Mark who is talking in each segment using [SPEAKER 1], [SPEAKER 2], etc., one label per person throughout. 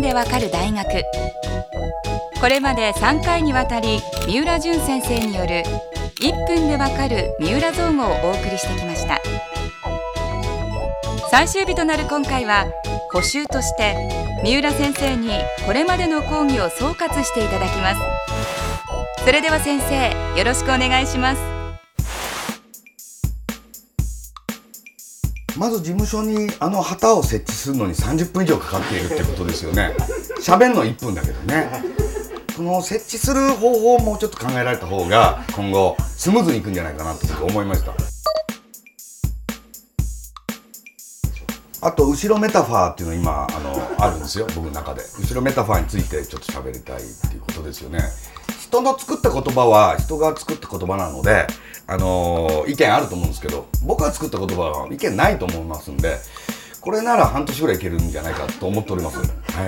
[SPEAKER 1] でわかる大学。これまで3回にわたり三浦淳先生による1分でわかる三浦造語をお送りしてきました。最終日となる今回は補習として三浦先生にこれまでの講義を総括していただきます。それでは先生、よろしくお願いします。
[SPEAKER 2] まず事務所に旗を設置するのに30分以上かかっているってことですよね。喋るの1分だけどね。この設置する方法をもうちょっと考えられた方が今後スムーズにいくんじゃないかなと僕思いました。あと後ろメタファーっていうの今あるんですよ、僕の中で。後ろメタファーについてちょっと喋りたいっていうことですよね。人の作った言葉は人が作った言葉なので意見あると思うんですけど、僕が作った言葉は意見ないと思いますんで、これなら半年ぐらいいけるんじゃないかと思っております。はい。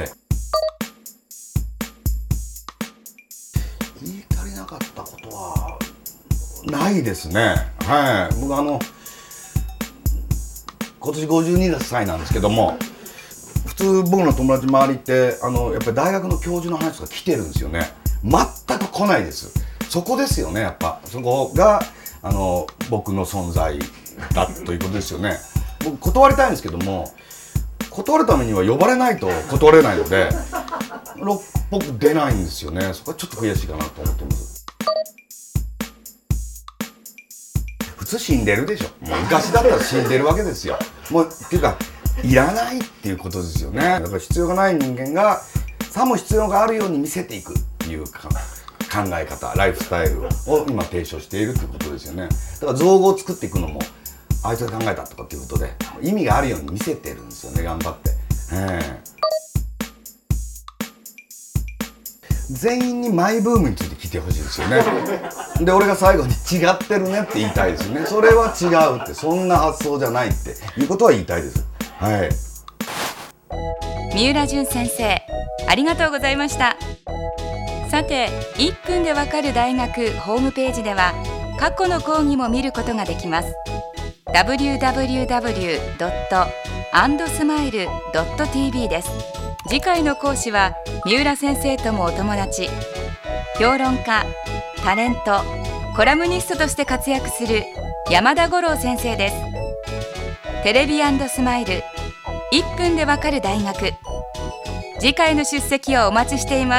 [SPEAKER 2] 言い足りなかったことはないですね。はい。僕今年52歳なんですけども、普通僕の友達周りってやっぱり大学の教授の話とか来てるんですよね。全く来ないです。そこですよね。やっぱそこが僕の存在だということですよね。僕断りたいんですけども、断るためには呼ばれないと断れないので僕出ないんですよね。そこはちょっと悔しいかなと思ってます。普通死んでるでしょ。もう昔だったら死んでるわけですよ。もうっていうかいらないっていうことですよね。だから必要がない人間がさも必要があるように見せていくっていう考え方、ライフスタイルを今提唱しているということですよね。だから造語を作っていくのもあいつが考えたとかっていうことで意味があるように見せてるんですよね、頑張って。全員にマイブームについて聞いてほしいですよね。で俺が最後に違ってるねって言いたいですよね。それは違うって、そんな発想じゃないっていうことは言いたいです。はい。
[SPEAKER 1] 三浦淳先生、ありがとうございました。さて、1分でわかる大学ホームページでは過去の講義も見ることができます。www.andsmile.tv です。次回の講師は三浦先生ともお友達、評論家、タレント、コラムニストとして活躍する山田五郎先生です。テレビ&スマイル1分でわかる大学、次回の出席をお待ちしています。